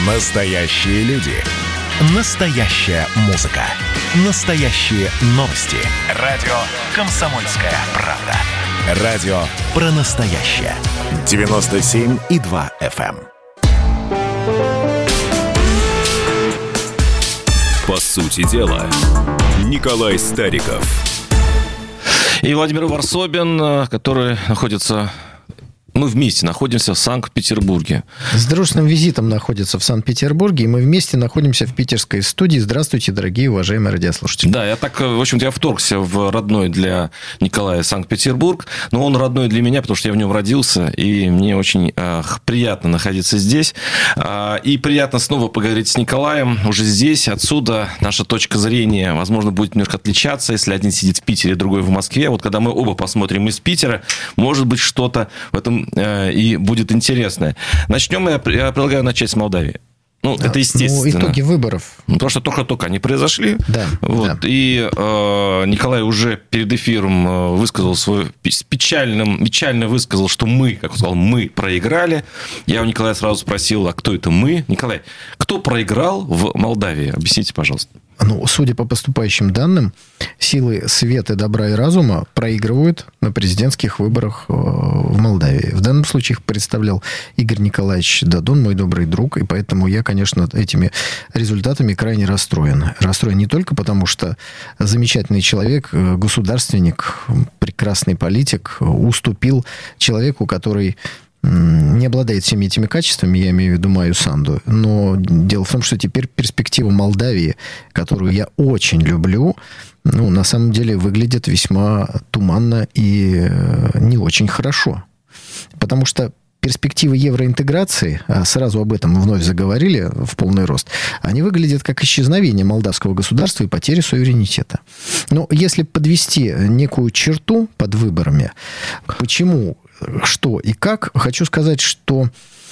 Настоящие люди. Настоящая музыка. Настоящие новости. Радио «Комсомольская правда». Радио про настоящее. 97,2 FM. По сути дела, Николай Стариков. И Владимир Варсобин, который находится... Мы вместе находимся в Санкт-Петербурге. С дружественным визитом находится в Санкт-Петербурге, и мы вместе находимся в питерской студии. Здравствуйте, дорогие уважаемые радиослушатели. Да, я так, в общем-то, я вторгся в родной для Николая Санкт-Петербург, но он родной для меня, потому что я в нем родился, и мне очень приятно находиться здесь. И приятно снова поговорить с Николаем уже здесь, отсюда. Наша точка зрения, возможно, будет немножко отличаться, если один сидит в Питере, другой в Москве. Вот когда мы оба посмотрим из Питера, может быть, что-то в этом и будет интересное. Начнем, я предлагаю начать с Молдавии. Ну, это естественно. Итоги выборов. Потому что только-только они произошли. Да, вот. да. И Николай уже перед эфиром высказал свой... Печально высказал, что мы, как он сказал, мы проиграли. Я у Николая сразу спросил, а кто это мы? Николай, кто проиграл в Молдавии? Объясните, пожалуйста. Ну, судя по поступающим данным, силы света, добра и разума проигрывают на президентских выборах в Молдавии. В данном случае их представлял Игорь Николаевич Додон, мой добрый друг, и поэтому я, конечно, этими результатами крайне расстроен. Расстроен не только потому, что замечательный человек, государственник, прекрасный политик уступил человеку, который не обладает всеми этими качествами, я имею в виду Майю Санду. Но дело в том, что теперь перспектива Молдавии, которую я очень люблю, ну, на самом деле выглядит весьма туманно и не очень хорошо. Потому что перспективы евроинтеграции, а сразу об этом вновь заговорили в полный рост, они выглядят как исчезновение молдавского государства и потеря суверенитета. Но если подвести некую черту под выборами, почему, что и как, хочу сказать, что,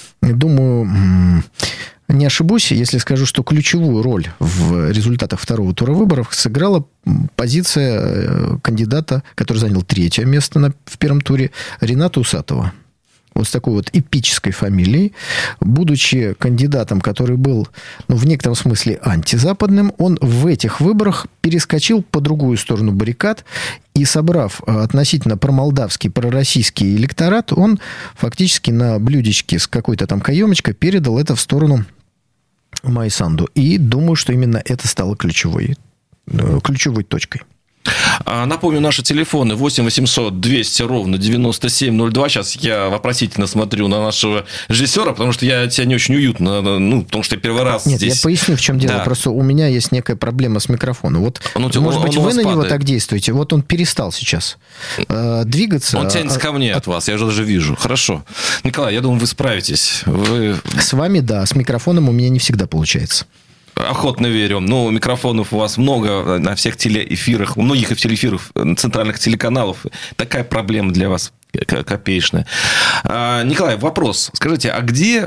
думаю, не ошибусь, если скажу, что ключевую роль в результатах второго тура выборов сыграла позиция кандидата, который занял 3-е место в первом туре, Рената Усатова. Вот с такой вот эпической фамилией. Будучи кандидатом, который был, ну, в некотором смысле антизападным, он в этих выборах перескочил по другую сторону баррикад и, собрав относительно промолдавский, пророссийский электорат, он фактически на блюдечке с какой-то там каемочкой передал это в сторону Майи Санду. И думаю, что именно это стало ключевой точкой. Напомню, наши телефоны 8 800 200 ровно 9702. Сейчас я вопросительно смотрю на нашего режиссера, потому что я себя не очень уютно, ну, потому что я первый раз Нет, здесь. я поясню, в чем дело. Да. Просто у меня есть некая проблема с микрофоном. Вот, может быть, вы на него так действуете. Вот он перестал сейчас двигаться. Он тянется ко мне от вас, я уже даже вижу. Хорошо. Николай, я думаю, вы справитесь. С вами, да. С микрофоном у меня не всегда получается. Охотно верю. Ну, микрофонов у вас много на всех телеэфирах, у многих телеэфиров центральных телеканалов. Такая проблема для вас копеечная. Николай, вопрос. Скажите, а где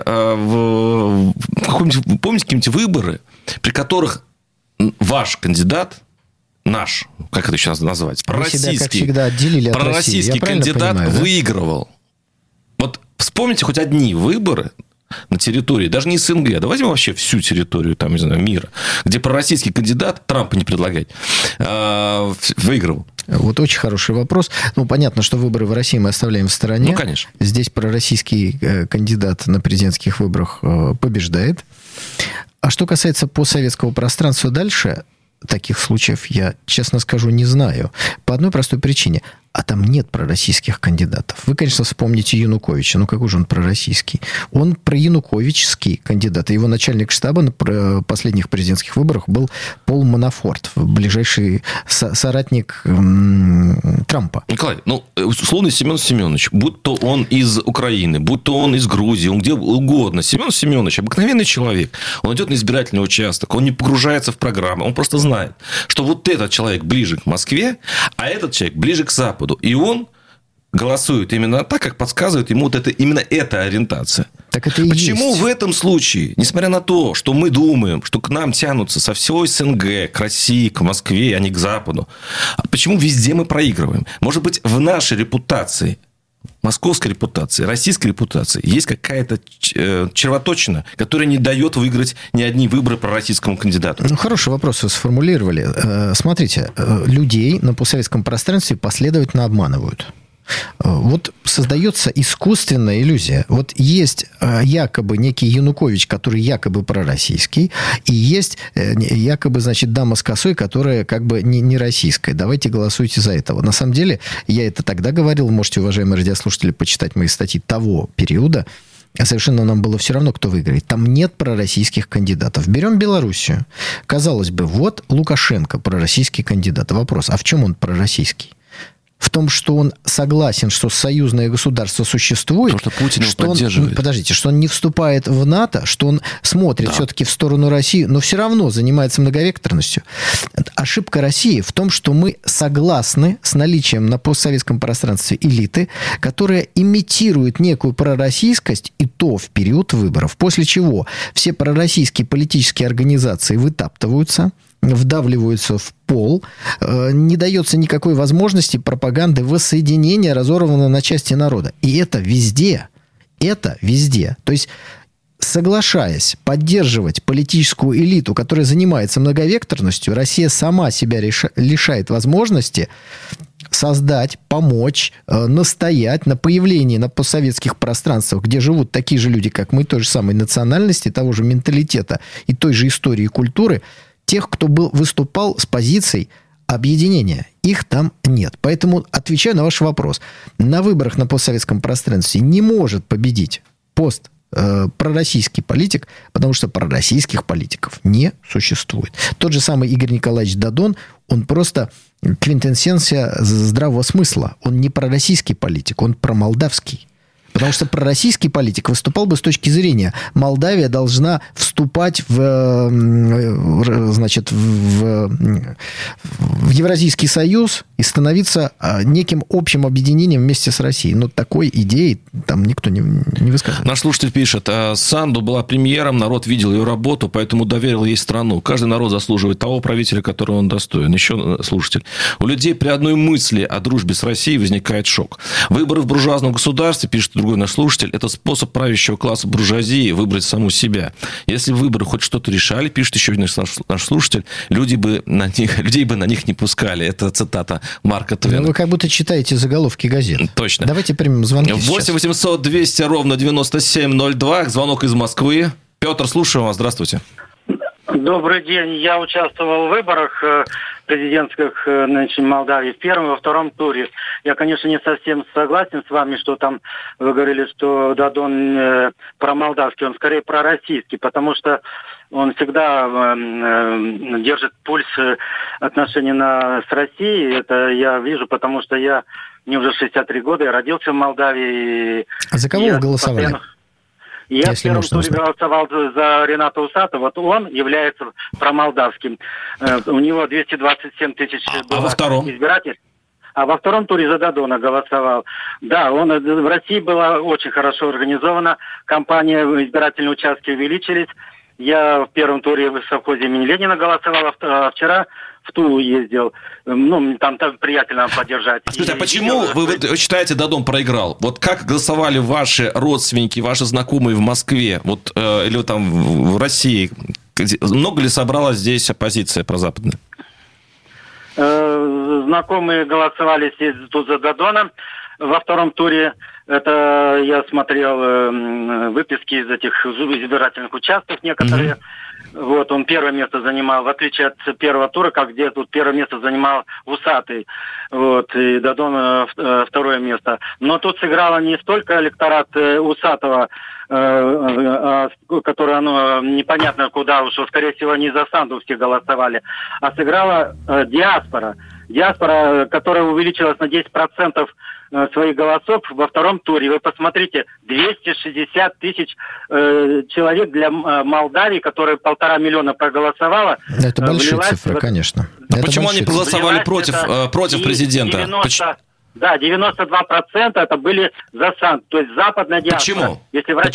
помните какие-нибудь выборы, при которых ваш кандидат, наш, как это сейчас называется, пророссийский кандидат выигрывал? Вот вспомните хоть одни выборы на территории, даже не СНГ, да возьмем вообще всю территорию, там, не знаю, мира, где пророссийский кандидат, Трампа не предлагать, выигрывал. Вот очень хороший вопрос. Ну, понятно, что выборы в России мы оставляем в стороне. Ну, конечно. Здесь пророссийский кандидат на президентских выборах побеждает. А что касается постсоветского пространства дальше, таких случаев я, честно скажу, не знаю. По одной простой причине. А там нет пророссийских кандидатов. Вы, конечно, вспомните Януковича. Ну, какой же он пророссийский? Он проянуковичский кандидат. Его начальник штаба на последних президентских выборах был Пол Манафорт, ближайший соратник Трампа. Николай, ну, условно, Семен Семенович, будь то он из Украины, будь то он из Грузии, он где угодно. Семен Семенович обыкновенный человек. Он идет на избирательный участок, он не погружается в программы, он просто знает, что вот этот человек ближе к Москве, а этот человек ближе к Западу. И он голосует именно так, как подсказывает ему вот именно эта ориентация. Так это и почему есть. В этом случае, несмотря на то, что мы думаем, что к нам тянутся со всего СНГ, к России, к Москве, а не к Западу, почему везде мы проигрываем? Может быть, в нашей репутации московской репутации, российской репутации есть какая-то червоточина, которая не дает выиграть ни одни выборы пророссийскому кандидату? Ну, хороший вопрос вы сформулировали. Смотрите, людей на постсоветском пространстве последовательно обманывают. Вот создается искусственная иллюзия. Вот есть якобы некий Янукович, который якобы пророссийский, и есть якобы, значит, дама с косой, которая как бы не российская. Давайте голосуйте за этого. На самом деле, я это тогда говорил, можете, уважаемые радиослушатели, почитать мои статьи того периода, совершенно нам было все равно, кто выиграет. Там нет пророссийских кандидатов. Берем Белоруссию. Казалось бы, вот Лукашенко пророссийский кандидат. Вопрос, а в чем он пророссийский? В том, что он согласен, что союзное государство существует. Потому что Путин его что поддерживает. Подождите, что он не вступает в НАТО, что он смотрит все-таки в сторону России, но все равно занимается многовекторностью. Ошибка России в том, что мы согласны с наличием на постсоветском пространстве элиты, которая имитирует некую пророссийскость, и то в период выборов. После чего все пророссийские политические организации вытаптываются, вдавливаются в пол, не дается никакой возможности пропаганды воссоединения разорванного на части народа. И это везде. Это везде. То есть, соглашаясь поддерживать политическую элиту, которая занимается многовекторностью, Россия сама себя лишает возможности создать, помочь, настоять на появлении на постсоветских пространствах, где живут такие же люди, как мы, той же самой национальности, того же менталитета и той же истории и культуры, тех, кто выступал с позицией объединения. Их там нет. Поэтому, отвечаю на ваш вопрос, на выборах на постсоветском пространстве не может победить пророссийский политик, потому что пророссийских политиков не существует. Тот же самый Игорь Николаевич Дадон, он просто квинтэссенция здравого смысла. Он не пророссийский политик, он промолдавский. Потому что пророссийский политик выступал бы с точки зрения, Молдавия должна вступать в Евразийский союз и становиться неким общим объединением вместе с Россией. Но такой идеи там никто не высказывает. Наш слушатель пишет: Санду была премьером, народ видел ее работу, поэтому доверил ей страну. Каждый народ заслуживает того правителя, которого он достоин. Еще слушатель: у людей при одной мысли о дружбе с Россией возникает шок. Выборы в буржуазном государстве, пишет другой наш слушатель, это способ правящего класса буржуазии выбрать саму себя. Если выборы хоть что-то решали, пишет еще один наш слушатель, людей бы на них не пускали. Это цитата Марка Твена. Вы как будто читаете заголовки газет. Точно. Давайте примем звонки 8 800 200 ровно 9702. Звонок из Москвы. Петр, слушаю вас. Здравствуйте. Добрый день. Я участвовал в выборах президентских в Молдавии в первом и во втором туре. Я, конечно, не совсем согласен с вами, что там вы говорили, что Дадон промолдавский, он скорее пророссийский, потому что он всегда держит пульс отношений с Россией. Это я вижу, потому что мне уже 63 года, я родился в Молдавии. А за кого вы голосовали? Я в первом туре голосовал за Рената Усатова. Вот он является промолдавским. У него 227 тысяч избирателей. А во втором туре за Дадона голосовал. Да, в России была очень хорошо организована кампания, избирательные участки увеличились. Я в первом туре в совхозе имени Ленина голосовал, а вчера в Тулу ездил. Там приятно поддержать. Слушайте, а почему вы считаете, Дадон проиграл? Вот как голосовали ваши родственники, ваши знакомые в Москве, или там в России? Много ли собралась здесь оппозиция прозападная? Знакомые голосовали здесь тут за Дадона. Во втором туре это я смотрел выписки из этих избирательных участков некоторые. Вот, он первое место занимал, в отличие от первого тура, где тут первое место занимал Усатый, вот, и Дадон второе место. Но тут сыграло не столько электорат Усатого, который, непонятно куда ушло, скорее всего, они за Санду все голосовали, а сыграла диаспора. Диаспора, которая увеличилась на 10% своих голосов во втором туре. Вы посмотрите, 260 тысяч человек для Молдавии, которые 1,5 миллиона проголосовало. Это большие цифры, конечно. А почему они проголосовали против президента? 92% это были за Санду, то есть западная диаспора. Почему? Почему?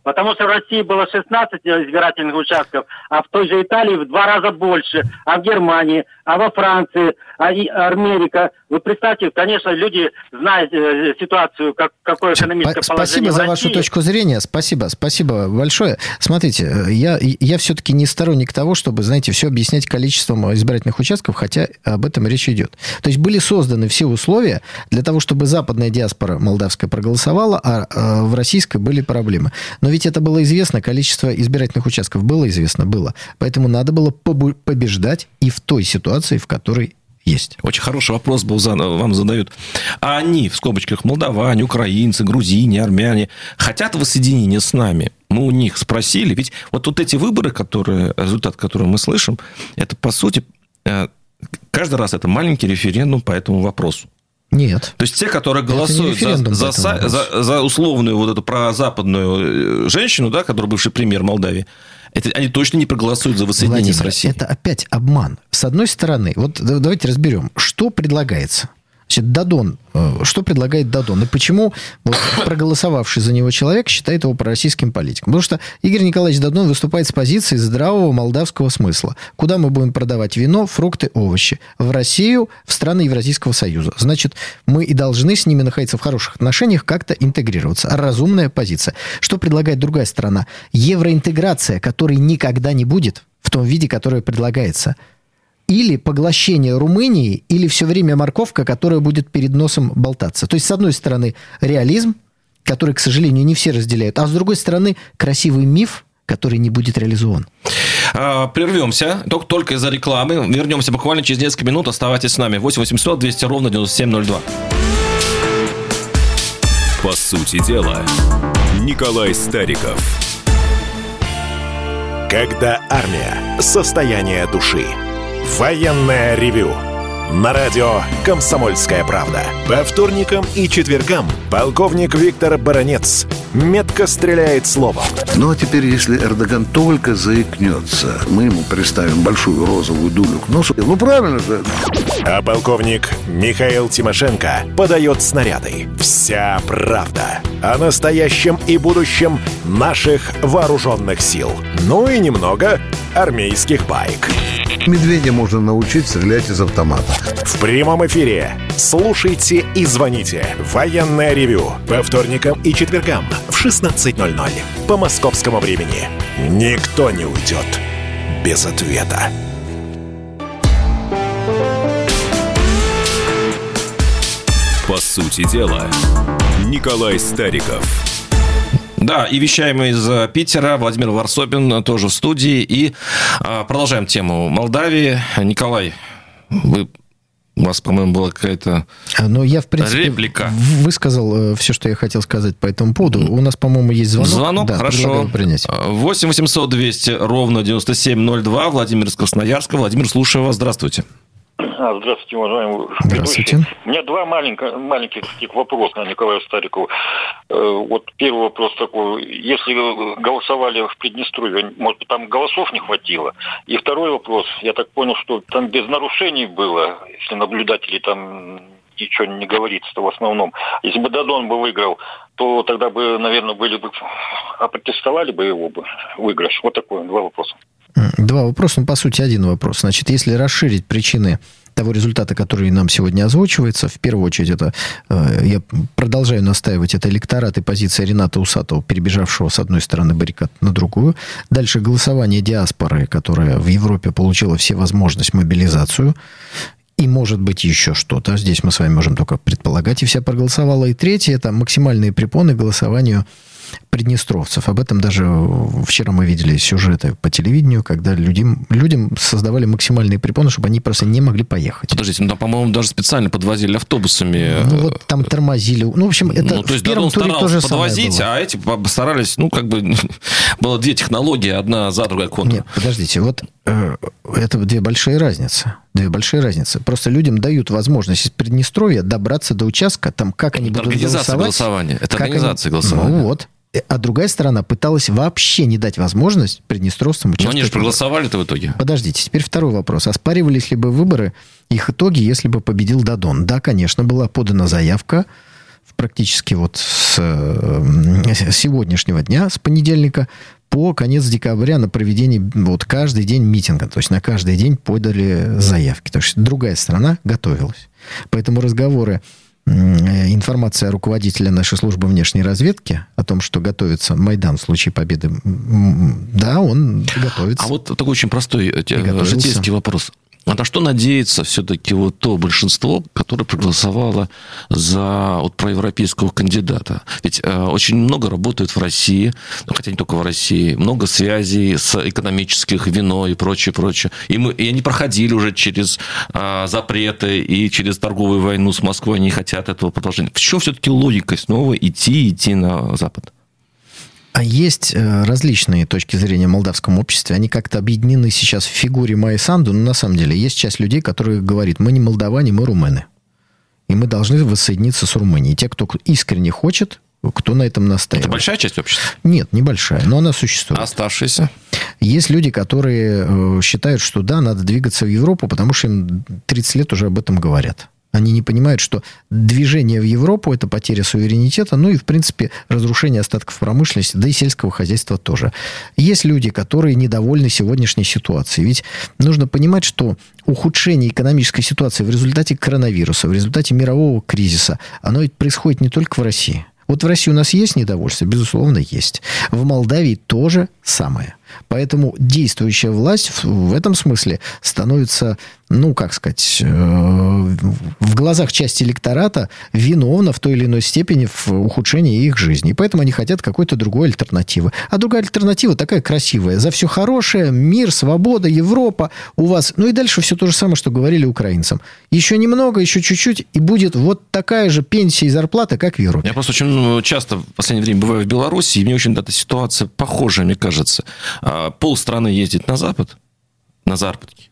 Потому что в России было 16 избирательных участков, а в той же Италии в 2 раза больше, а в Германии, а во Франции, Америка. Вы представьте, конечно, люди знают ситуацию, какое экономическое положение Спасибо за вашу точку зрения. Спасибо большое. Смотрите, я все-таки не сторонник того, чтобы, знаете, все объяснять количеством избирательных участков, хотя об этом речь идет. То есть были созданы все условия для того, чтобы западная диаспора молдавская проголосовала, а в российской были проблемы. Но ведь это было известно, количество избирательных участков было известно, было. Поэтому надо было побеждать и в той ситуации, в которой есть. Очень хороший вопрос был вам задают. А они, в скобочках, молдаване, украинцы, грузины, армяне, хотят воссоединения с нами? Мы у них спросили. Ведь вот эти выборы, результат, который мы слышим, это, по сути, каждый раз это маленький референдум по этому вопросу. Нет. То есть те, которые голосуют за условную вот эту прозападную женщину, да, которая бывший премьер Молдавии, они точно не проголосуют за воссоединение с Россией. Это опять обман. С одной стороны, вот давайте разберем, что предлагается. Значит, Дадон, что предлагает Дадон? И почему проголосовавший за него человек считает его пророссийским политиком? Потому что Игорь Николаевич Дадон выступает с позиции здравого молдавского смысла. Куда мы будем продавать вино, фрукты, овощи? В Россию, в страны Евразийского союза. Значит, мы и должны с ними находиться в хороших отношениях, как-то интегрироваться. Разумная позиция. Что предлагает другая сторона? Евроинтеграция, которой никогда не будет в том виде, которое предлагается. Или поглощение Румынии, или все время морковка, которая будет перед носом болтаться. То есть, с одной стороны, реализм, который, к сожалению, не все разделяют, а с другой стороны, красивый миф, который не будет реализован. Прервемся только из-за рекламы. Вернемся буквально через несколько минут. Оставайтесь с нами. 8 800 200 ровно 9702. По сути дела, Николай Стариков. Когда армия. Состояние души. Военное ревю на радио «Комсомольская правда». По вторникам и четвергам полковник Виктор Баранец метко стреляет словом. Ну, а теперь, если Эрдоган только заикнется, мы ему приставим большую розовую дулю к носу. Ну, правильно же. А полковник Михаил Тимошенко подает снаряды. Вся правда о настоящем и будущем наших вооруженных сил. Ну и немного армейских баек. Медведя можно научить стрелять из автомата. В прямом эфире слушайте и звоните. Военное ревю по вторникам и четвергам в 16:00 по московскому времени. Никто не уйдет без ответа. По сути дела, Николай Стариков. Да, и вещаем из Питера. Владимир Варсобин тоже в студии. И продолжаем тему Молдавии. Николай, у вас, по-моему, была какая-то я, в принципе, реплика. Высказал все, что я хотел сказать по этому поводу. У нас, по-моему, есть звонок. Звонок, да, хорошо. 8 800 200 ровно 9702. Владимир из Красноярска. Владимир, слушаю вас. Здравствуйте. Здравствуйте, уважаемый Здравствуйте. ведущий. У меня два маленьких таких вопроса Николаю Старикову. Вот первый вопрос такой. Если голосовали в Приднестровье, может, там голосов не хватило? И второй вопрос. Я так понял, что там без нарушений было, если наблюдатели там ничего не говорится-то в основном. Если бы Дадон бы выиграл, то тогда бы, наверное, опротестовали бы его выигрыш. Вот такой, два вопроса. Два вопроса, по сути, один вопрос. Значит, если расширить причины того результата, который нам сегодня озвучивается, в первую очередь, это, я продолжаю настаивать, это электорат и позиция Рената Усатова, перебежавшего с одной стороны баррикад на другую. Дальше голосование диаспоры, которая в Европе получила все возможности мобилизацию. И, может быть, еще что-то. Здесь мы с вами можем только предполагать. И вся проголосовала. И третье, это максимальные препоны к голосованию приднестровцев. Об этом даже вчера мы видели сюжеты по телевидению, когда людям создавали максимальные препоны, чтобы они просто не могли поехать. Подождите, там, по-моему, даже специально подвозили автобусами. Ну, вот там тормозили. Ну, в общем, это то есть в первом туре тоже подвозить, самое было. А эти старались, было две технологии, одна за другой контур. Нет, подождите, вот это две большие разницы. Просто людям дают возможность из Приднестровья добраться до участка, там, как они будут голосовать. Это организация голосования. Ну, вот. А другая сторона пыталась вообще не дать возможность приднестровцам участвовать. Но они же проголосовали-то в итоге. Подождите, теперь второй вопрос. Оспаривались ли бы выборы, их итоги, если бы победил Дадон? Да, конечно, была подана заявка в практически вот с сегодняшнего дня, с понедельника, по конец декабря на проведение вот каждый день митинга. То есть на каждый день подали заявки. То есть другая страна готовилась. Поэтому разговоры, информация руководителя нашей службы внешней разведки о том, что готовится Майдан в случае победы, да, он готовится. А вот такой очень простой житейский вопрос. А на что надеется все-таки вот то большинство, которое проголосовало за вот проевропейского кандидата? Ведь очень много работают в России, хотя не только в России, много связей с экономических, вино и прочее. И они проходили уже через запреты и через торговую войну с Москвой, они хотят этого продолжения. В чем все-таки логика снова идти на Запад? А есть различные точки зрения в молдавском обществе. Они как-то объединены сейчас в фигуре Майи Санду. Но на самом деле есть часть людей, которые говорят, мы не молдаване, мы румыны. И мы должны воссоединиться с Румынией. Те, кто искренне хочет, кто на этом настаивает. Это большая часть общества? Нет, небольшая, но она существует. А оставшиеся? Есть люди, которые считают, что да, надо двигаться в Европу, потому что им 30 лет уже об этом говорят. Они не понимают, что движение в Европу – это потеря суверенитета, ну и, в принципе, разрушение остатков промышленности, да и сельского хозяйства тоже. Есть люди, которые недовольны сегодняшней ситуацией. Ведь нужно понимать, что ухудшение экономической ситуации в результате коронавируса, в результате мирового кризиса, оно ведь происходит не только в России. Вот в России у нас есть недовольство? Безусловно, есть. В Молдавии тоже самое. Поэтому действующая власть в этом смысле становится, ну, как сказать, в глазах части электората виновна в той или иной степени в ухудшении их жизни. И поэтому они хотят какой-то другой альтернативы. А другая альтернатива такая красивая. За все хорошее, мир, свобода, Европа у вас. Ну и дальше все то же самое, что говорили украинцам. Еще немного, еще чуть-чуть, и будет вот такая же пенсия и зарплата, как в Европе. Я просто очень часто в последнее время бываю в Беларуси, и мне очень эта ситуация похожа, мне кажется. Полстраны ездит на запад, на заработки,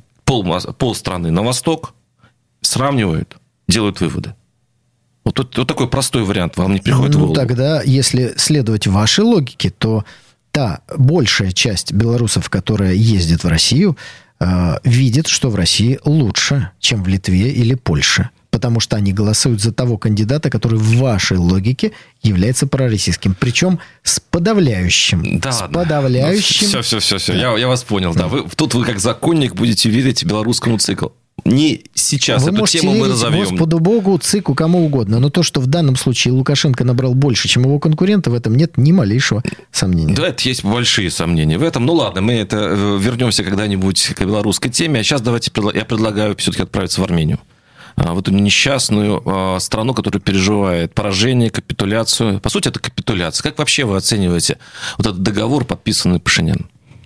полстраны на восток, сравнивают, делают выводы. Вот такой простой вариант вам не приходит в голову? Ну, тогда, если следовать вашей логике, то та большая часть белорусов, которая ездит в Россию, видит, что в России лучше, чем в Литве или Польше. Потому что они голосуют за того кандидата, который в вашей логике является пророссийским. Причем с подавляющим. Да, с подавляющим. Ну, все. Да. Я вас понял. Да. Тут вы как законник будете верить белорусскому циклу. Не сейчас. Вы эту тему мы разовьем. Господу Богу, ЦИКу, кому угодно. Но то, что в данном случае Лукашенко набрал больше, чем его конкуренты, в этом нет ни малейшего сомнения. Да, это есть большие сомнения в этом. Ну ладно, мы это вернемся когда-нибудь к белорусской теме. А сейчас давайте я предлагаю все-таки отправиться в Армению. В эту несчастную страну, которая переживает поражение, капитуляцию. По сути, это капитуляция. Как вообще вы оцениваете вот этот договор, подписанный Пашиняном?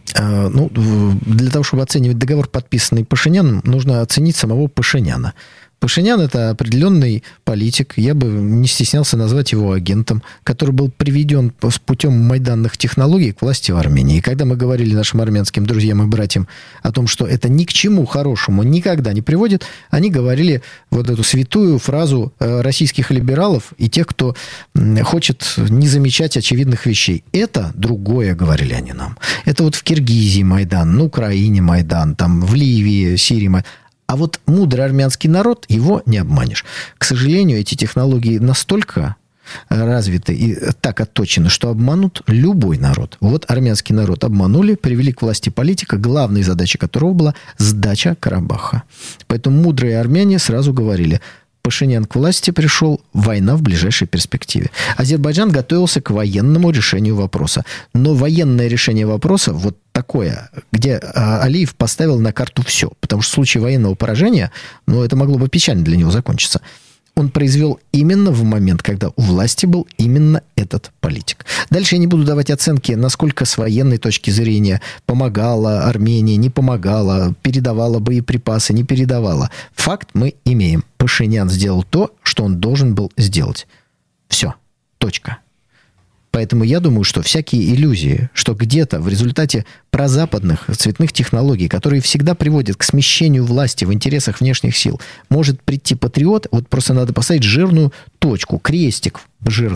Ну, для того, чтобы оценивать договор, подписанный Пашиняном, нужно оценить самого Пашиняна. Пашинян – это определенный политик, я бы не стеснялся назвать его агентом, который был приведен с путем майданных технологий к власти в Армении. И когда мы говорили нашим армянским друзьям и братьям о том, что это ни к чему хорошему никогда не приводит, они говорили вот эту святую фразу российских либералов и тех, кто хочет не замечать очевидных вещей. Это другое, говорили они нам. Это вот в Киргизии Майдан, на Украине Майдан, там в Ливии, Сирии Майдан. А вот мудрый армянский народ, его не обманешь. К сожалению, эти технологии настолько развиты и так отточены, что обманут любой народ. Вот армянский народ обманули, привели к власти политика, главной задачей которого была сдача Карабаха. Поэтому мудрые армяне сразу говорили: Пашинян к власти пришел, война в ближайшей перспективе. Азербайджан готовился к военному решению вопроса. Но военное решение вопроса вот такое, где Алиев поставил на карту все. Потому что в случае военного поражения, это могло бы печально для него закончиться. Он произвел именно в момент, когда у власти был именно этот политик. Дальше я не буду давать оценки, насколько с военной точки зрения помогала Армения, не помогала, передавала боеприпасы, не передавала. Факт мы имеем. Пашинян сделал то, что он должен был сделать. Все. Точка. Поэтому я думаю, что всякие иллюзии, что где-то в результате прозападных цветных технологий, которые всегда приводят к смещению власти в интересах внешних сил, может прийти патриот, вот просто надо поставить жирную точку, крестик жирный,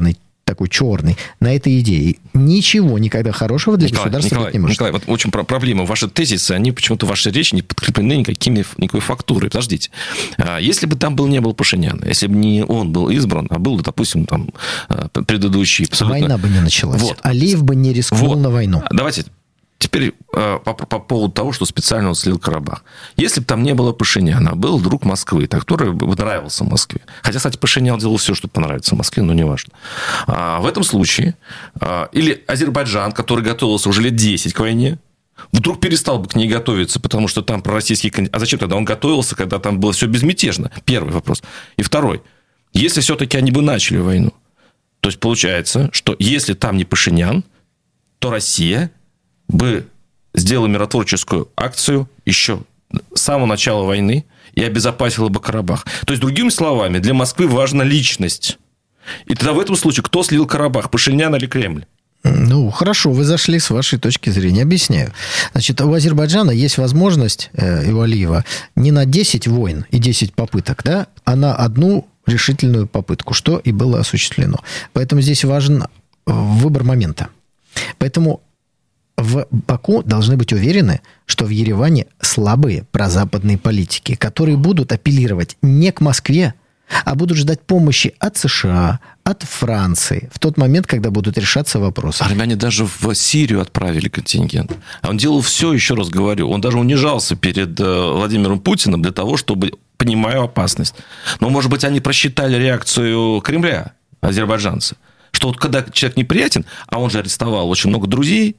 такой черный, на этой идее. Ничего никогда хорошего для государства быть не может. Николай, вот очень проблема. Ваши тезисы, они почему-то, ваши речи не подкреплены никакой фактурой. Подождите. Если бы там не был Пашинян, если бы не он был избран, а был, допустим, там предыдущий... Абсолютно... Война бы не началась. Вот. Алиев бы не рискнул на войну. Давайте... Теперь по поводу того, что специально он слил Карабах. Если бы там не было Пашиняна, был друг Москвы, который бы нравился Москве. Хотя, кстати, Пашинян делал все, чтобы понравиться Москве, но неважно. В этом случае или Азербайджан, который готовился уже лет 10 к войне, вдруг перестал бы к ней готовиться, потому что там пророссийский... А зачем тогда он готовился, когда там было все безмятежно? Первый вопрос. И второй. Если все-таки они бы начали войну, то есть получается, что если там не Пашинян, то Россия... бы сделала миротворческую акцию еще с самого начала войны и обезопасила бы Карабах. То есть, другими словами, для Москвы важна личность. И тогда в этом случае кто слил Карабах, Пашинян или Кремль? Ну, хорошо, вы зашли с вашей точки зрения. Объясняю. Значит, у Азербайджана есть возможность, и у Алиева, не на 10 войн и 10 попыток, да, а на одну решительную попытку, что и было осуществлено. Поэтому здесь важен выбор момента. Поэтому в Баку должны быть уверены, что в Ереване слабые прозападные политики, которые будут апеллировать не к Москве, а будут ждать помощи от США, от Франции в тот момент, когда будут решаться вопросы. Армяне даже в Сирию отправили контингент. Он делал все, еще раз говорю, он даже унижался перед Владимиром Путиным для того, чтобы, понимая опасность. Но, может быть, они просчитали реакцию Кремля, азербайджанцы, что вот когда человек неприятен, а он же арестовал очень много друзей,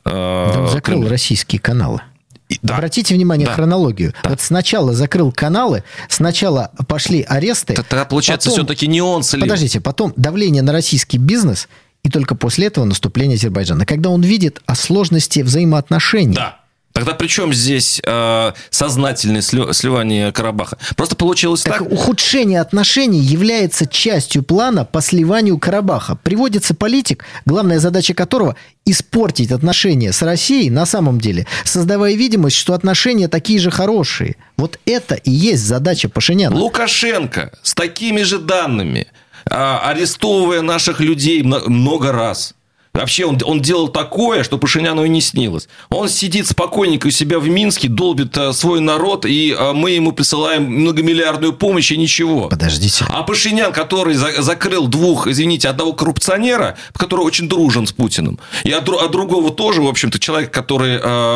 да, он закрыл российские каналы. Да. Обратите внимание на хронологию. Да. Вот сначала закрыл каналы, сначала пошли аресты. Тогда, получается, потом, все-таки не он слил. Подождите, потом давление на российский бизнес, и только после этого наступление Азербайджана. Когда он видит о сложности взаимоотношений. Да. Тогда при чем здесь сознательное сливание Карабаха? Просто получилось так... Ухудшение отношений является частью плана по сливанию Карабаха. Приводится политик, главная задача которого испортить отношения с Россией на самом деле, создавая видимость, что отношения такие же хорошие. Вот это и есть задача Пашиняна. Лукашенко с такими же данными, арестовывая наших людей много раз... Вообще он делал такое, что Пашиняну и не снилось. Он сидит спокойненько у себя в Минске, долбит свой народ, и мы ему присылаем многомиллиардную помощь, и ничего. Подождите. А Пашинян, который закрыл одного коррупционера, который очень дружен с Путиным, и другого тоже, в общем-то, человек, который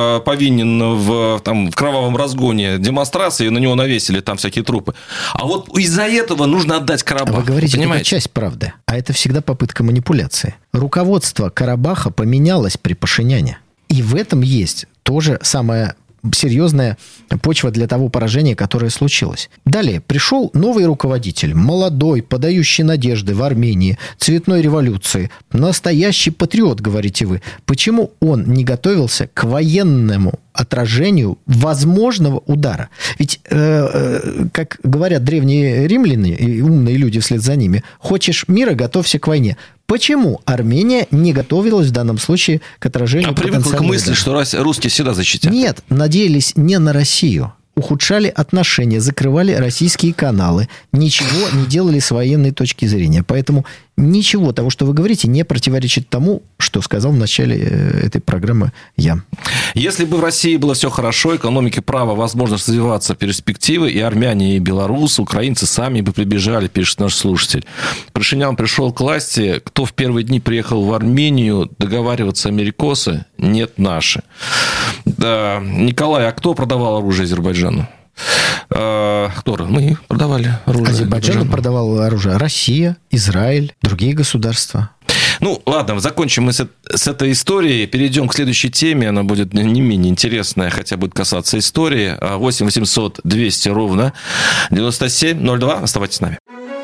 повинен в кровавом разгоне демонстрации, на него навесили там всякие трупы. А вот из-за этого нужно отдать Карабах. Вы говорите, это часть правды, а это всегда попытка манипуляции. Руководство Карабаха поменялось при Пашиняне. И в этом есть тоже самая серьезная почва для того поражения, которое случилось. Далее пришел новый руководитель, молодой, подающий надежды в Армении, цветной революции, настоящий патриот, говорите вы. Почему он не готовился к военному отражению возможного удара? Ведь, как говорят древние римляне и умные люди вслед за ними, хочешь мира, готовься к войне. Почему Армения не готовилась в данном случае к отражению потенциального удара? А привыкла к мысли, что русские всегда защитят. Нет, надеялись не на Россию. Ухудшали отношения, закрывали российские каналы, ничего не делали с военной точки зрения. Поэтому ничего того, что вы говорите, не противоречит тому, что сказал в начале этой программы я. Если бы в России было все хорошо, экономике права, возможность развиваться, перспективы, и армяне, и белорусы, украинцы сами бы прибежали, пишет наш слушатель. Пашинян пришел к власти, кто в первые дни приехал в Армению договариваться америкосы? Нет, наши. Да. Николай, а кто продавал оружие Азербайджану? Кто? Мы продавали оружие. Азербайджану продавал оружие Россия, Израиль, другие государства. Ну, ладно, закончим мы с этой историей. Перейдем к следующей теме. Она будет не менее интересная, хотя будет касаться истории. 8 800 200 ровно 9702. Оставайтесь с нами.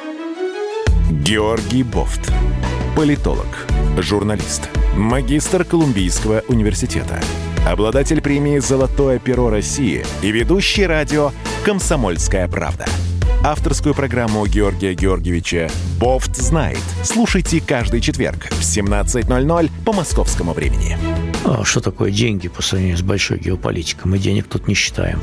Георгий Бофт. Политолог, журналист, магистр Колумбийского университета, обладатель премии «Золотое перо России» и ведущий радио «Комсомольская правда». Авторскую программу Георгия Георгиевича «Бофт знает». Слушайте каждый четверг в 17:00 по московскому времени. А что такое деньги по сравнению с большой геополитикой? Мы денег тут не считаем.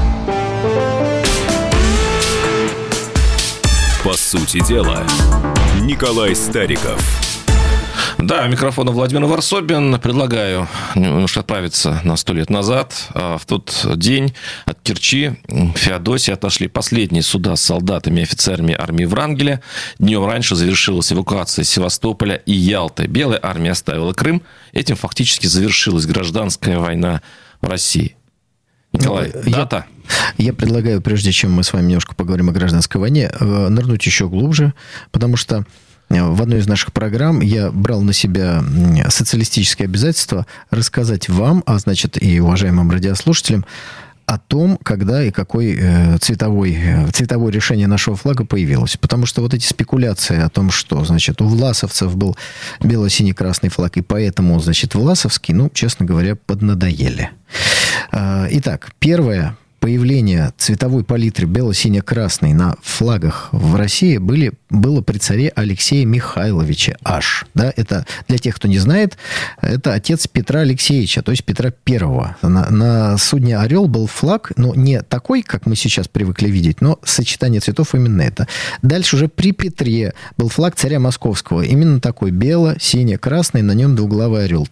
По сути дела. Николай Стариков. Да, микрофон Владимир Варсобин. Предлагаю немножко отправиться на 100 лет назад. В тот день от Керчи в Феодосии отошли последние суда с солдатами и офицерами армии Врангеля. Днем раньше завершилась эвакуация Севастополя и Ялты. Белая армия оставила Крым. Этим фактически завершилась гражданская война в России. Николай, дата? Я предлагаю, прежде чем мы с вами немножко поговорим о гражданской войне, нырнуть еще глубже, потому что в одной из наших программ я брал на себя социалистическое обязательство рассказать вам, а значит и уважаемым радиослушателям, о том, когда и какое цветовое решение нашего флага появилось. Потому что вот эти спекуляции о том, что, значит, у власовцев был бело-синий-красный флаг, и поэтому, значит, власовский, честно говоря, поднадоели. Итак, первое появление цветовой палитры бело-сине-красной на флагах в России было при царе Алексее Михайловиче аж. Да, это, для тех, кто не знает, это отец Петра Алексеевича, то есть Петра Первого. На судне «Орел» был флаг, но не такой, как мы сейчас привыкли видеть, но сочетание цветов именно это. Дальше уже при Петре был флаг царя Московского, именно такой, бело-сине-красный, на нем двуглавый орел.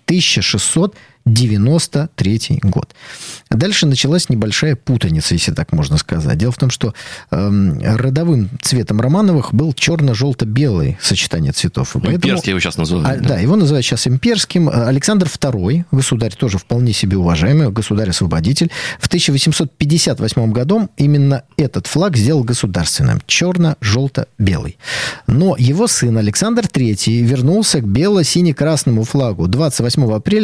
1693 год. Дальше началась небольшая путаница, если так можно сказать. Дело в том, что родовым цветом Романовых был черно-желто-белый сочетание цветов. Имперский его сейчас называют. Да, его называют сейчас имперским. Александр II, государь тоже вполне себе уважаемый, государь-освободитель, в 1858 году именно этот флаг сделал государственным. Черно-желто-белый. Но его сын Александр III вернулся к бело-сине-красному флагу 28 апреля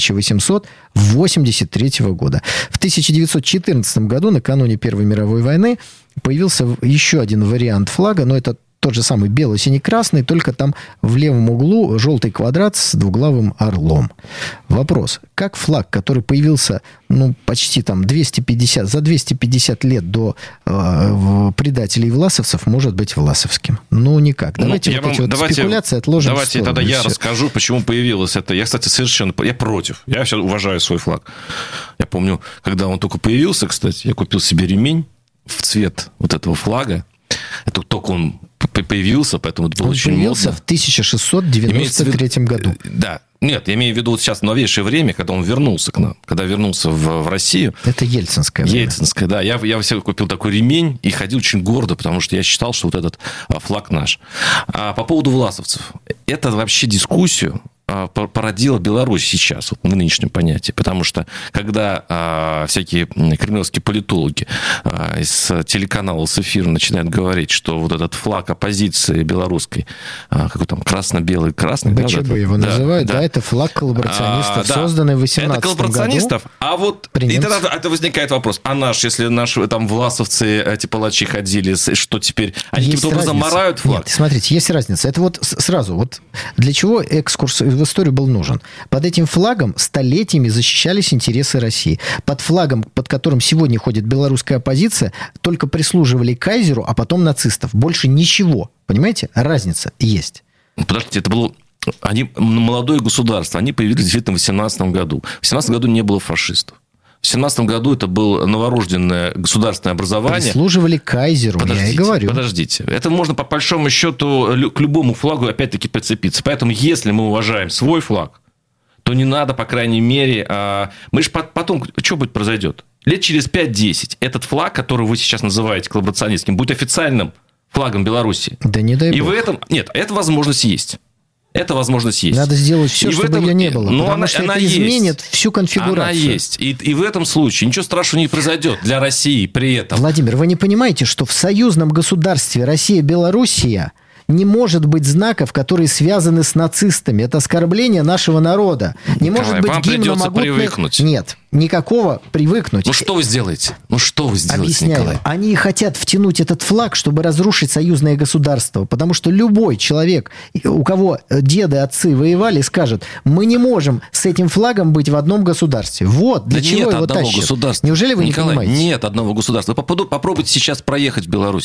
1883 года. В 1914 году, накануне Первой мировой войны, появился еще один вариант флага, но это тот же самый бело-сине-красный, только там в левом углу желтый квадрат с двуглавым орлом. Вопрос. Как флаг, который появился почти там за 250 лет до предателей власовцев, может быть власовским? Никак. Давайте спекуляции отложим. Давайте тогда я расскажу, почему появилось это. Я, кстати, я против. Я сейчас уважаю свой флаг. Я помню, когда он только появился, кстати, я купил себе ремень в цвет вот этого флага. Это только он появился, поэтому это было очень модно. Он появился в 1693 году. Да. Нет, я имею в виду вот сейчас новейшее время, когда он вернулся к нам, когда вернулся в Россию. Это ельцинское время. Ельцинское, да. Я себе купил такой ремень и ходил очень гордо, потому что я считал, что вот этот флаг наш. А по поводу власовцев. Это вообще дискуссию породила Беларусь сейчас, в нынешнем понятии. Потому что, когда всякие кремлевские политологи из телеканала, с эфира начинают говорить, что вот этот флаг оппозиции белорусской, какой там красно-белый, красный... БЧБ его называют, да, это флаг коллаборационистов, созданный в 18 году. Это коллаборационистов, а вот... И тогда это возникает вопрос, если наши там власовцы, эти палачи ходили, что теперь? Они каким-то образом марают флаг? Нет, смотрите, есть разница. Это вот сразу, для чего экскурс в историю был нужен? Под этим флагом столетиями защищались интересы России. Под флагом, под которым сегодня ходит белорусская оппозиция, только прислуживали кайзеру, а потом нацистов. Больше ничего. Понимаете? Разница есть. Подождите, это было... молодое государство, они появились действительно в 18 году. В 17 году не было фашистов. В 17 году это было новорожденное государственное образование. Прислуживали кайзеру, я и говорю. Подождите. Это можно, по большому счету, к любому флагу опять-таки прицепиться. Поэтому, если мы уважаем свой флаг, то не надо, по крайней мере... Мы же потом... Что будет произойдет? Лет через 5-10 этот флаг, который вы сейчас называете коллаборационистским, будет официальным флагом Беларуси. Да не дай бог. И в этом... Нет, эта возможность есть. Эта возможность есть. Надо сделать все, чтобы ее не было. Потому что это изменит всю конфигурацию. Она есть. И в этом случае ничего страшного не произойдет для России при этом. Владимир, вы не понимаете, что в союзном государстве Россия-Белоруссия не может быть знаков, которые связаны с нацистами. Это оскорбление нашего народа. Не Николай, может быть вам гимна придется могутных... привыкнуть. Нет, никакого привыкнуть. Что вы сделаете? Объясняю. Николай? Они хотят втянуть этот флаг, чтобы разрушить союзное государство. Потому что любой человек, у кого деды, отцы воевали, скажет, мы не можем с этим флагом быть в одном государстве. Вот для чего его тащат. Государства. Неужели вы Николай, не понимаете? Нет одного государства. Попробуйте сейчас проехать в Беларусь.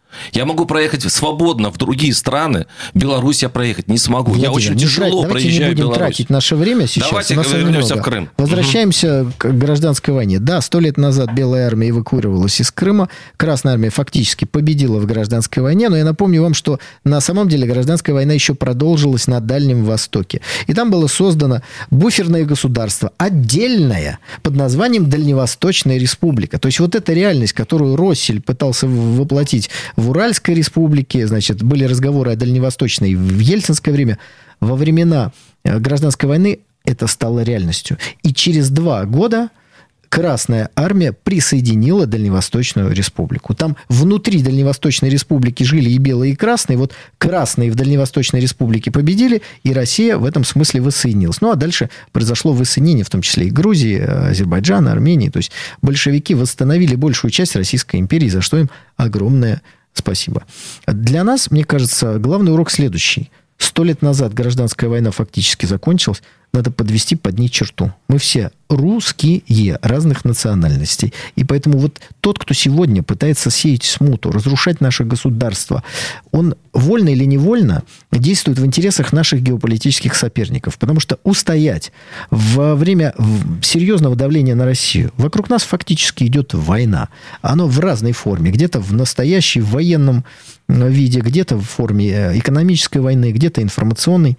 Я могу проехать свободно в другие страны. Беларусь я проехать не смогу. Владимир, я очень тяжело проезжаю Беларусь. Давайте не будем тратить наше время сейчас. Давайте вернемся в Крым. Возвращаемся к гражданской войне. Да, 100 лет назад Белая армия эвакуировалась из Крыма. Красная армия фактически победила в гражданской войне. Но я напомню вам, что на самом деле гражданская война еще продолжилась на Дальнем Востоке. И там было создано буферное государство, отдельное, под названием Дальневосточная Республика. То есть вот эта реальность, которую Россель пытался воплотить в Уральской республике, значит, были разговоры о Дальневосточной в ельцинское время. Во времена гражданской войны это стало реальностью. И через 2 года Красная армия присоединила Дальневосточную республику. Там внутри Дальневосточной республики жили и белые, и красные. Вот красные в Дальневосточной республике победили, и Россия в этом смысле воссоединилась. Ну, а дальше произошло воссоединение, в том числе и Грузии, Азербайджана, Армении. То есть большевики восстановили большую часть Российской империи, за что им огромное спасибо. Для нас, мне кажется, главный урок следующий. 100 лет назад гражданская война фактически закончилась. Надо подвести под ней черту. Мы все русские, разных национальностей. И поэтому вот тот, кто сегодня пытается сеять смуту, разрушать наше государство, он вольно или невольно действует в интересах наших геополитических соперников. Потому что устоять во время серьезного давления на Россию, вокруг нас фактически идет война. Оно в разной форме. Где-то в настоящей военном виде, где-то в форме экономической войны, где-то информационной.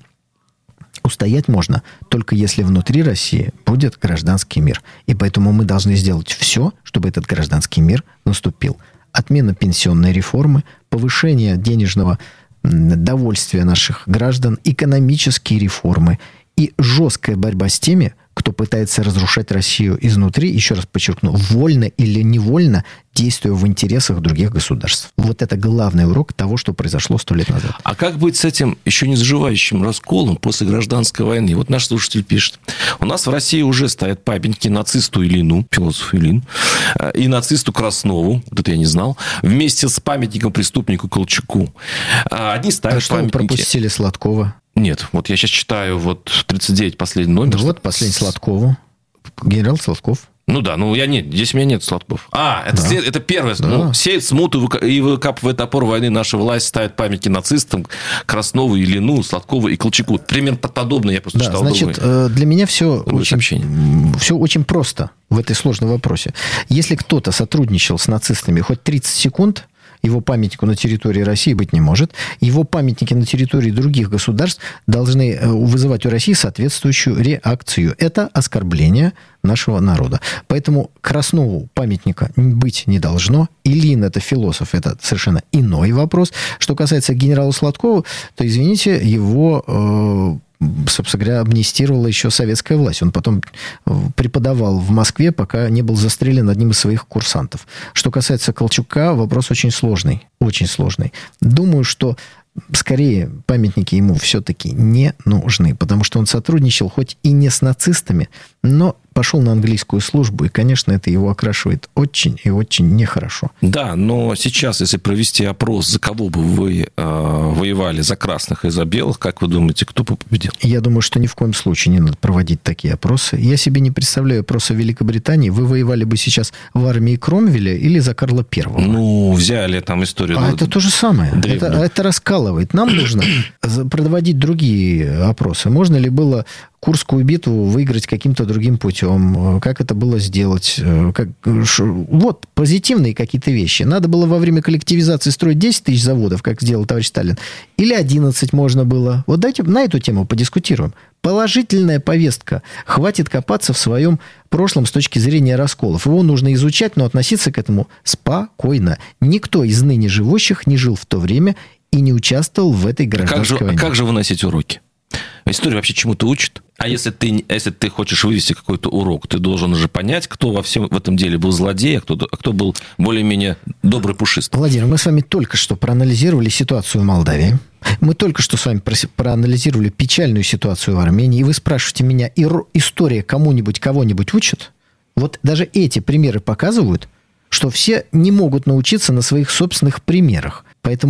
Устоять можно только если внутри России будет гражданский мир. И поэтому мы должны сделать все, чтобы этот гражданский мир наступил. Отмена пенсионной реформы, повышение денежного довольствия наших граждан, экономические реформы и жесткая борьба с теми, кто пытается разрушать Россию изнутри, еще раз подчеркну, вольно или невольно, действуя в интересах других государств. Вот это главный урок того, что произошло 100 лет назад. А как быть с этим еще не заживающим расколом после гражданской войны? Вот наш слушатель пишет. У нас в России уже стоят памятники нацисту Ильину, философу Ильин, и нацисту Краснову, вот это я не знал, вместе с памятником преступнику Колчаку. Одни ставят памятники... Что вы пропустили Сладкова? Нет, вот я сейчас читаю вот 39, последний номер. Да вот, последний Сладкову. Генерал Сладков. Ну да, здесь у меня нет Сладков. Это первое. Да. Ну, сеет смуту и выкапывает топор войны наша власть, ставит памятники нацистам, Краснову, Ильину, Сладкову и Колчаку. Примерно подобное я просто читал. Значит, для меня все очень просто в этой сложном вопросе. Если кто-то сотрудничал с нацистами хоть 30 секунд, его памятнику на территории России быть не может. Его памятники на территории других государств должны вызывать у России соответствующую реакцию. Это оскорбление нашего народа. Поэтому Краснову памятника быть не должно. Ильин – это философ, это совершенно иной вопрос. Что касается генерала Сладкова, то, извините, его... собственно говоря, амнистировала еще советская власть. Он потом преподавал в Москве, пока не был застрелен одним из своих курсантов. Что касается Колчака, вопрос очень сложный. Очень сложный. Думаю, что скорее памятники ему все-таки не нужны, потому что он сотрудничал хоть и не с нацистами, но пошел на английскую службу, и, конечно, это его окрашивает очень и очень нехорошо. Да, но сейчас, если провести опрос, за кого бы вы воевали, за красных и за белых, как вы думаете, кто бы победил? Я думаю, что ни в коем случае не надо проводить такие опросы. Я себе не представляю опроса Великобритании. Вы воевали бы сейчас в армии Кромвеля или за Карла Первого? Ну, взяли там историю. Это то же самое. Это раскалывает. Нам нужно проводить другие опросы. Можно ли было Курскую битву выиграть каким-то другим путем, как это было сделать. Вот позитивные какие-то вещи. Надо было во время коллективизации строить 10 тысяч заводов, как сделал товарищ Сталин, или 11 можно было. Вот давайте на эту тему подискутируем. Положительная повестка. Хватит копаться в своем прошлом с точки зрения расколов. Его нужно изучать, но относиться к этому спокойно. Никто из ныне живущих не жил в то время и не участвовал в этой гражданской войне. Как же выносить уроки? История вообще чему-то учит. А если ты хочешь вывести какой-то урок, ты должен уже понять, кто во всем в этом деле был злодей, а кто был более-менее добрый, пушистый. Владимир, мы с вами только что проанализировали ситуацию в Молдавии. Мы только что с вами проанализировали печальную ситуацию в Армении. И вы спрашиваете меня, история кому-нибудь кого-нибудь учит? Вот даже эти примеры показывают, что все не могут научиться на своих собственных примерах. Поэтому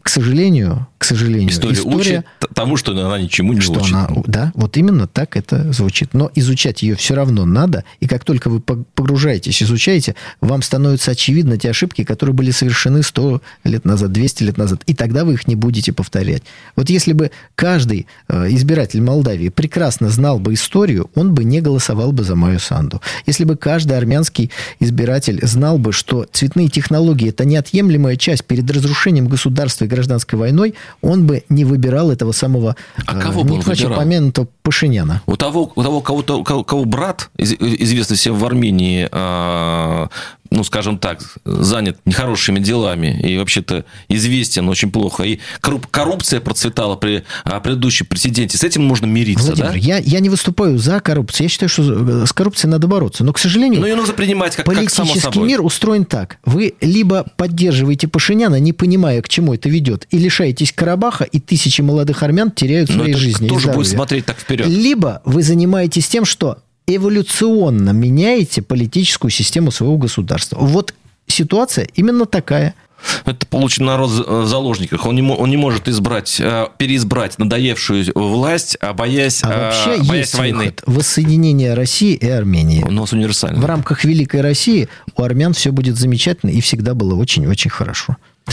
к сожалению, история тому, что она ничему не учит. Да, вот именно так это звучит. Но изучать ее все равно надо, и как только вы погружаетесь, изучаете, вам становятся очевидны те ошибки, которые были совершены 100 лет назад, 200 лет назад, и тогда вы их не будете повторять. Вот если бы каждый избиратель Молдавии прекрасно знал бы историю, он бы не голосовал бы за Майю Санду. Если бы каждый армянский избиратель знал бы, что цветные технологии – это неотъемлемая часть перед разрушением государства и гражданской войной, он бы не выбирал этого самого помянутого Пашиняна. У того, кого брат, известный всем в Армении, скажем так, занят нехорошими делами и вообще-то известен очень плохо, и коррупция процветала при предыдущем президенте, с этим можно мириться, Владимир, да? Я не выступаю за коррупцию. Я считаю, что с коррупцией надо бороться. Но, к сожалению, ее нужно принимать как само собой. Политический мир устроен так. Вы либо поддерживаете Пашиняна, не понимая, к чему это ведет, и лишаетесь Карабаха, и тысячи молодых армян теряют свои жизни. Кто же будет смотреть так вперед? Либо вы занимаетесь тем, что эволюционно меняете политическую систему своего государства. Вот ситуация именно такая. Это получен народ в заложниках. Он не может переизбрать надоевшую власть, боясь войны. Выход. Воссоединение России и Армении. У нас универсально. В рамках Великой России у армян все будет замечательно, и всегда было очень-очень хорошо.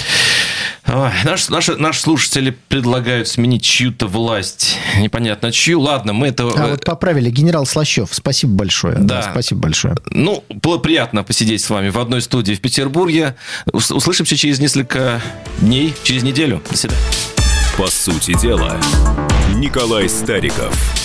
Наши слушатели предлагают сменить чью-то власть. Непонятно чью. Ладно, мы это... вот поправили. Генерал Слащев. Спасибо большое. Да, спасибо большое. Было приятно посидеть с вами в одной студии в Петербурге. Услышимся через несколько дней, через неделю. До свидания. По сути дела, Николай Стариков.